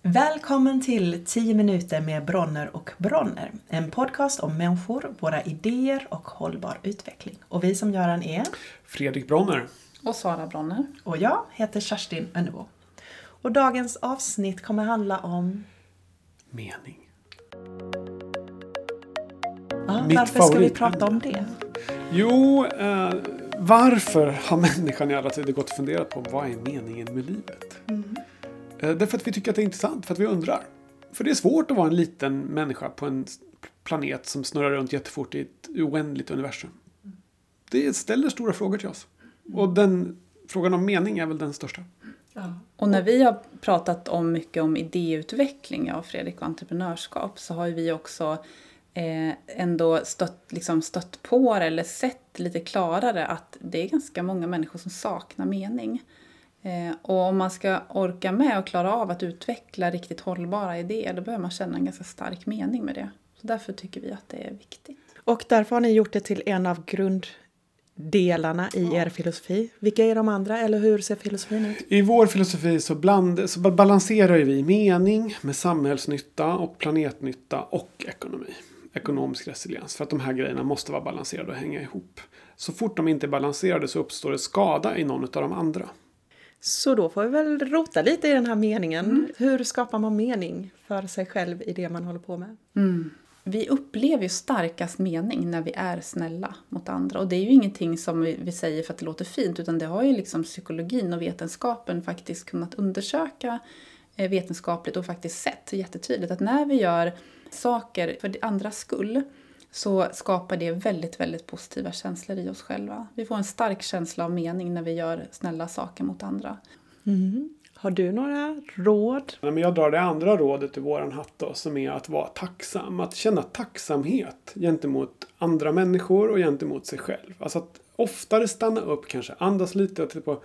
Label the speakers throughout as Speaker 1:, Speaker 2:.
Speaker 1: Välkommen till 10 minuter med Bronner och Bronner. En podcast om människor, våra idéer och hållbar utveckling. Och vi som gör den är
Speaker 2: Fredrik Bronner.
Speaker 3: Och Sara Bronner.
Speaker 1: Och jag heter Kerstin Önnebo. Och dagens avsnitt kommer handla om
Speaker 2: mening.
Speaker 1: Varför ska vi prata om det?
Speaker 2: Jo, varför har människan i alla tider gått och funderat på vad är meningen med livet? Därför att vi tycker att det är intressant, för att vi undrar. För det är svårt att vara en liten människa på en planet som snurrar runt jättefort i ett oändligt universum. Det ställer stora frågor till oss. Och den frågan om mening är väl den största.
Speaker 3: Ja. Och när vi har pratat mycket om idéutveckling, Fredrik, och entreprenörskap, så har ju vi också ändå stött på eller sett lite klarare att det är ganska många människor som saknar mening. Och om man ska orka med och klara av att utveckla riktigt hållbara idéer, då behöver man känna en ganska stark mening med det. Så därför tycker vi att det är viktigt.
Speaker 1: Och därför har ni gjort det till en av grunddelarna i er filosofi. Vilka är de andra, eller hur ser filosofin ut?
Speaker 2: I vår filosofi så balanserar vi mening med samhällsnytta och planetnytta och ekonomi. Ekonomisk resiliens. För att de här grejerna måste vara balanserade och hänga ihop. Så fort de inte är balanserade så uppstår det skada i någon av de andra.
Speaker 1: Så då får vi väl rota lite i den här meningen. Hur skapar man mening för sig själv i det man håller på med?
Speaker 3: Vi upplever ju starkast mening när vi är snälla mot andra. Och det är ju ingenting som vi säger för att det låter fint. Utan det har ju liksom psykologin och vetenskapen faktiskt kunnat undersöka vetenskapligt och faktiskt sett jättetydligt. Att när vi gör saker för andras skull så skapar det väldigt, väldigt positiva känslor i oss själva. Vi får en stark känsla av mening när vi gör snälla saker mot andra.
Speaker 1: Har du några råd?
Speaker 2: Jag drar det andra rådet i våran hatt då, som är att vara tacksam. Att känna tacksamhet gentemot andra människor och gentemot sig själv. Alltså att oftare stanna upp, kanske andas lite och typ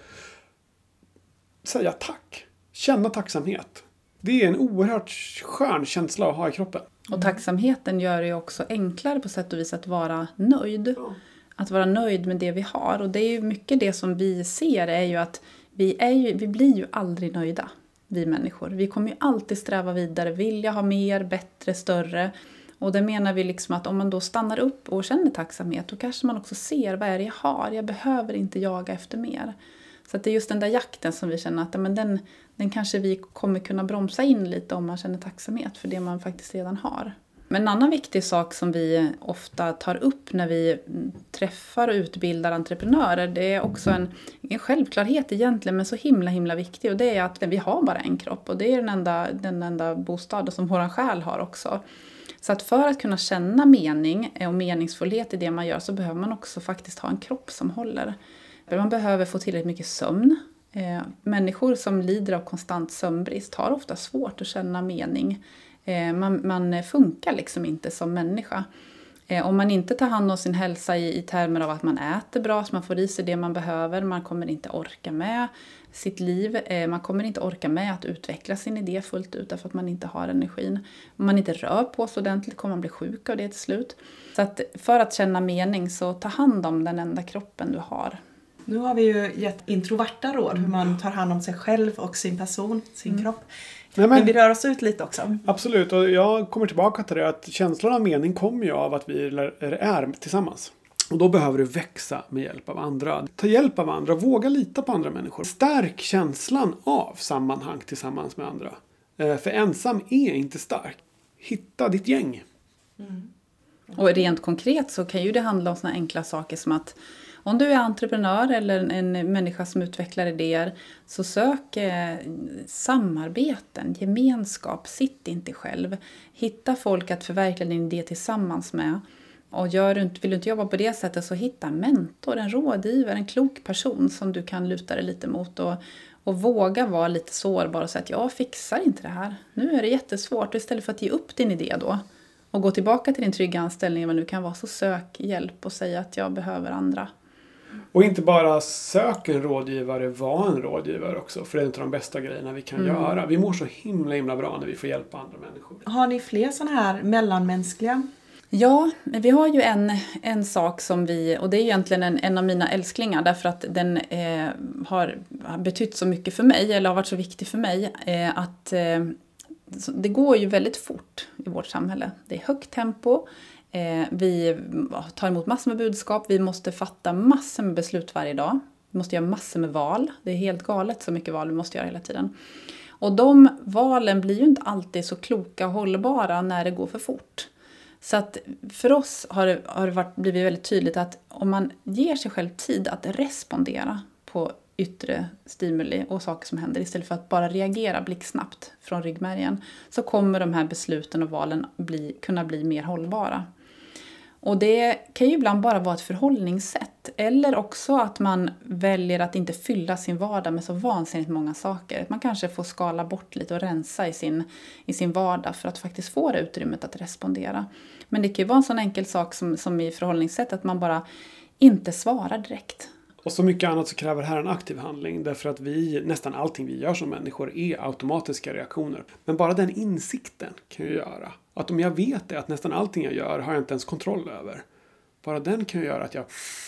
Speaker 2: säga tack. Känna tacksamhet. Det är en oerhört skön känsla att ha i kroppen.
Speaker 3: Och tacksamheten gör det också enklare på sätt och vis att vara nöjd. Att vara nöjd med det vi har. Och det är ju mycket det som vi ser är ju att vi blir ju aldrig nöjda, vi människor. Vi kommer ju alltid sträva vidare, vilja ha mer, bättre, större. Och det menar vi liksom att om man då stannar upp och känner tacksamhet, då kanske man också ser vad är det jag har. Jag behöver inte jaga efter mer. Så att det är just den där jakten som vi känner att den kanske vi kommer kunna bromsa in lite om man känner tacksamhet för det man faktiskt redan har. Men en annan viktig sak som vi ofta tar upp när vi träffar och utbildar entreprenörer, det är också en självklarhet egentligen, men så himla viktig. Och det är att vi har bara en kropp och det är den enda bostaden som våran själ har också. Så att för att kunna känna mening och meningsfullhet i det man gör så behöver man också faktiskt ha en kropp som håller. Man behöver få tillräckligt mycket sömn. Människor som lider av konstant sömnbrist har ofta svårt att känna mening. Man funkar liksom inte som människa. Om man inte tar hand om sin hälsa i termer av att man äter bra, så man får i sig det man behöver. Man kommer inte orka med sitt liv. Man kommer inte orka med att utveckla sin idé fullt ut därför att man inte har energin. Om man inte rör på sig ordentligt kommer man bli sjuk av det till slut. Så att för att känna mening så ta hand om den enda kroppen du har.
Speaker 1: Nu har vi ju gett introverta råd hur man tar hand om sig själv och sin person, sin kropp. Men vi rör oss ut lite också.
Speaker 2: Absolut, och jag kommer tillbaka till det att känslan av mening kommer ju av att vi är tillsammans. Och då behöver du växa med hjälp av andra. Ta hjälp av andra, våga lita på andra människor. Stärk känslan av sammanhang tillsammans med andra. För ensam är inte stark. Hitta ditt gäng.
Speaker 3: Och rent konkret så kan ju det handla om såna enkla saker som att om du är entreprenör eller en människa som utvecklar idéer, så sök samarbeten, gemenskap, sitt inte själv. Hitta folk att förverkliga din idé tillsammans med. Och vill du inte jobba på det sättet, så hitta en mentor, en rådgivare, en klok person som du kan luta dig lite mot. Och våga vara lite sårbar och säga att jag fixar inte det här. Nu är det jättesvårt. Och istället för att ge upp din idé då och gå tillbaka till din trygga anställning, vad nu kan vara, så sök hjälp och säg att jag behöver andra.
Speaker 2: Och inte bara sök en rådgivare, var en rådgivare också. För det är inte de bästa grejerna vi kan göra. Vi mår så himla bra när vi får hjälpa andra människor.
Speaker 1: Har ni fler sådana här mellanmänskliga?
Speaker 3: Ja, vi har ju en sak som och det är egentligen en av mina älsklingar, därför att den har betytt så mycket för mig, eller har varit så viktig för mig, att det går ju väldigt fort i vårt samhälle. Det är högt tempo. Vi tar emot massor med budskap. Vi måste fatta massor med beslut varje dag. Vi måste göra massor med val. Det är helt galet så mycket val vi måste göra hela tiden. Och de valen blir ju inte alltid så kloka och hållbara när det går för fort. Så att för oss har det blivit väldigt tydligt att om man ger sig själv tid att respondera på yttre stimuli och saker som händer istället för att bara reagera blixtsnabbt från ryggmärgen, så kommer de här besluten och valen kunna bli mer hållbara. Och det kan ju ibland bara vara ett förhållningssätt. Eller också att man väljer att inte fylla sin vardag med så vansinnigt många saker. Man kanske får skala bort lite och rensa i sin vardag för att faktiskt få det utrymmet att respondera. Men det kan ju vara en sån enkel sak som i förhållningssätt att man bara inte svarar direkt.
Speaker 2: Och så mycket annat så kräver det här en aktiv handling. Därför att nästan allting vi gör som människor är automatiska reaktioner. Men bara den insikten kan ju göra att om jag vet det, att nästan allting jag gör har jag inte ens kontroll över. Bara den kan ju göra att jag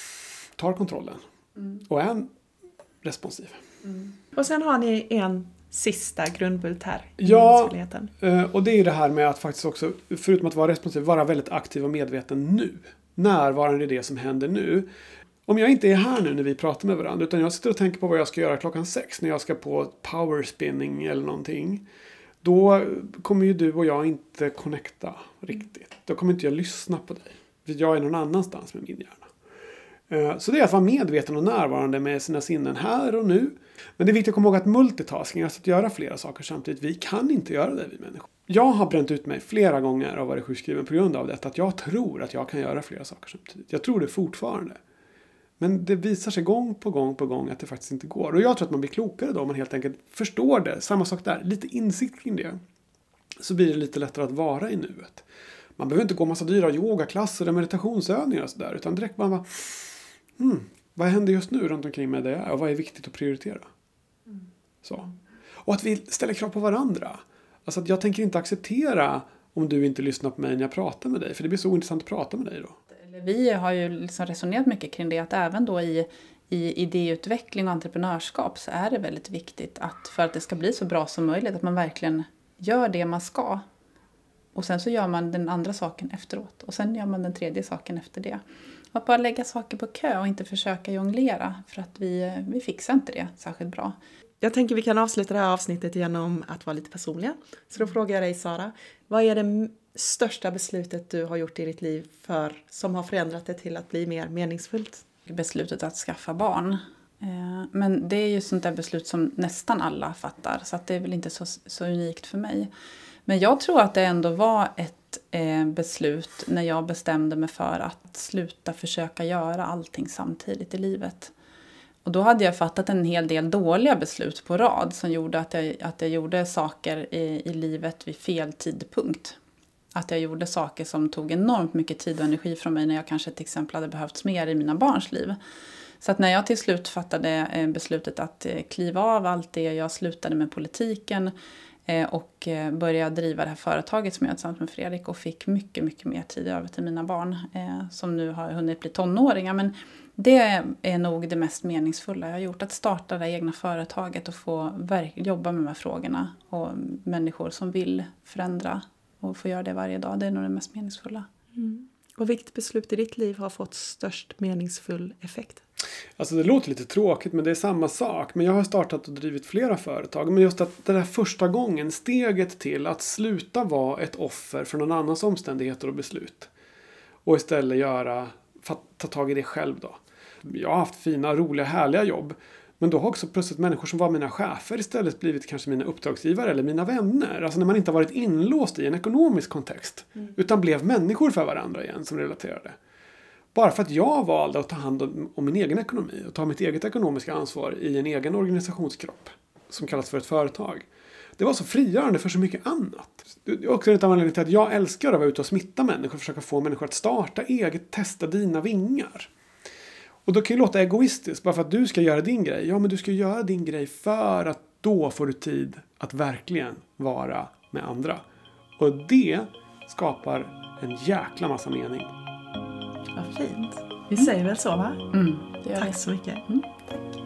Speaker 2: tar kontrollen. Och är responsiv.
Speaker 1: Och sen har ni en sista grundbult här.
Speaker 2: Ja, och det är det här med att faktiskt också, förutom att vara responsiv, vara väldigt aktiv och medveten nu. Närvarande i det som händer nu. Om jag inte är här nu när vi pratar med varandra, utan jag sitter och tänker på vad jag ska göra 6:00 när jag ska på powerspinning eller någonting. Då kommer ju du och jag inte connecta riktigt. Då kommer inte jag lyssna på dig. För jag är någon annanstans med min hjärna. Så det är att vara medveten och närvarande med sina sinnen här och nu. Men det är viktigt att komma ihåg att multitasking, alltså att göra flera saker samtidigt, vi kan inte göra det, vi människor. Jag har bränt ut mig flera gånger och varit sjukskriven på grund av detta. Att jag tror att jag kan göra flera saker samtidigt. Jag tror det fortfarande. Men det visar sig gång på gång att det faktiskt inte går. Och jag tror att man blir klokare då om man helt enkelt förstår det. Samma sak där, lite insikt kring det. Så blir det lite lättare att vara i nuet. Man behöver inte gå massa dyra yogaklasser eller meditationsövningar och sådär. Utan direkt bara, vad händer just nu runt omkring mig där jag är? Och vad är viktigt att prioritera? Så. Och att vi ställer krav på varandra. Alltså att jag tänker inte acceptera om du inte lyssnar på mig när jag pratar med dig. För det blir så ointressant att prata med dig då.
Speaker 3: Vi har ju liksom resonerat mycket kring det, att även då i idéutveckling och entreprenörskap så är det väldigt viktigt att för att det ska bli så bra som möjligt att man verkligen gör det man ska. Och sen så gör man den andra saken efteråt. Och sen gör man den tredje saken efter det. Att bara lägga saker på kö och inte försöka jonglera, för att vi fixar inte det särskilt bra.
Speaker 1: Jag tänker vi kan avsluta det här avsnittet genom att vara lite personliga. Så då frågar jag dig, Sara, vad är det största beslutet du har gjort i ditt liv som har förändrat det till att bli mer meningsfullt?
Speaker 3: Beslutet att skaffa barn. Men det är ju sånt där beslut som nästan alla fattar. Så att det är väl inte så unikt för mig. Men jag tror att det ändå var ett beslut när jag bestämde mig för att sluta försöka göra allting samtidigt i livet. Och då hade jag fattat en hel del dåliga beslut på rad som gjorde att jag gjorde saker i livet vid fel tidpunkt. Att jag gjorde saker som tog enormt mycket tid och energi från mig när jag kanske till exempel hade behövts mer i mina barns liv. Så att när jag till slut fattade beslutet att kliva av allt det, jag slutade med politiken och började driva det här företaget som jag tillsammans med Fredrik och fick mycket, mycket mer tid över till mina barn som nu har hunnit bli tonåringar. Men det är nog det mest meningsfulla jag har gjort, att starta det egna företaget och få jobba med de här frågorna och människor som vill förändra och få göra det varje dag. Det är nog det mest meningsfulla.
Speaker 1: Och vilket beslut i ditt liv har fått störst meningsfull effekt?
Speaker 2: Alltså det låter lite tråkigt, men det är samma sak. Men jag har startat och drivit flera företag. Men just att det där första gången, steget till att sluta vara ett offer för någon annans omständigheter och beslut. Och istället ta tag i det själv då. Jag har haft fina, roliga, härliga jobb. Men då har också plötsligt människor som var mina chefer istället blivit kanske mina uppdragsgivare eller mina vänner. Alltså när man inte har varit inlåst i en ekonomisk kontext. Utan blev människor för varandra igen som relaterade. Bara för att jag valde att ta hand om min egen ekonomi och ta mitt eget ekonomiska ansvar i en egen organisationskropp. Som kallas för ett företag. Det var så frigörande för så mycket annat. Det är också en anledning till att jag älskar att vara ute och smitta människor och försöka få människor att starta eget, testa dina vingar. Och då kan det låta egoistiskt, bara för att du ska göra din grej. Ja, men du ska göra din grej för att då får du tid att verkligen vara med andra. Och det skapar en jäkla massa mening.
Speaker 1: Vad fint. Vi säger väl så, va?
Speaker 3: Det gör
Speaker 1: Tack
Speaker 3: vi.
Speaker 1: så mycket.
Speaker 3: Tack.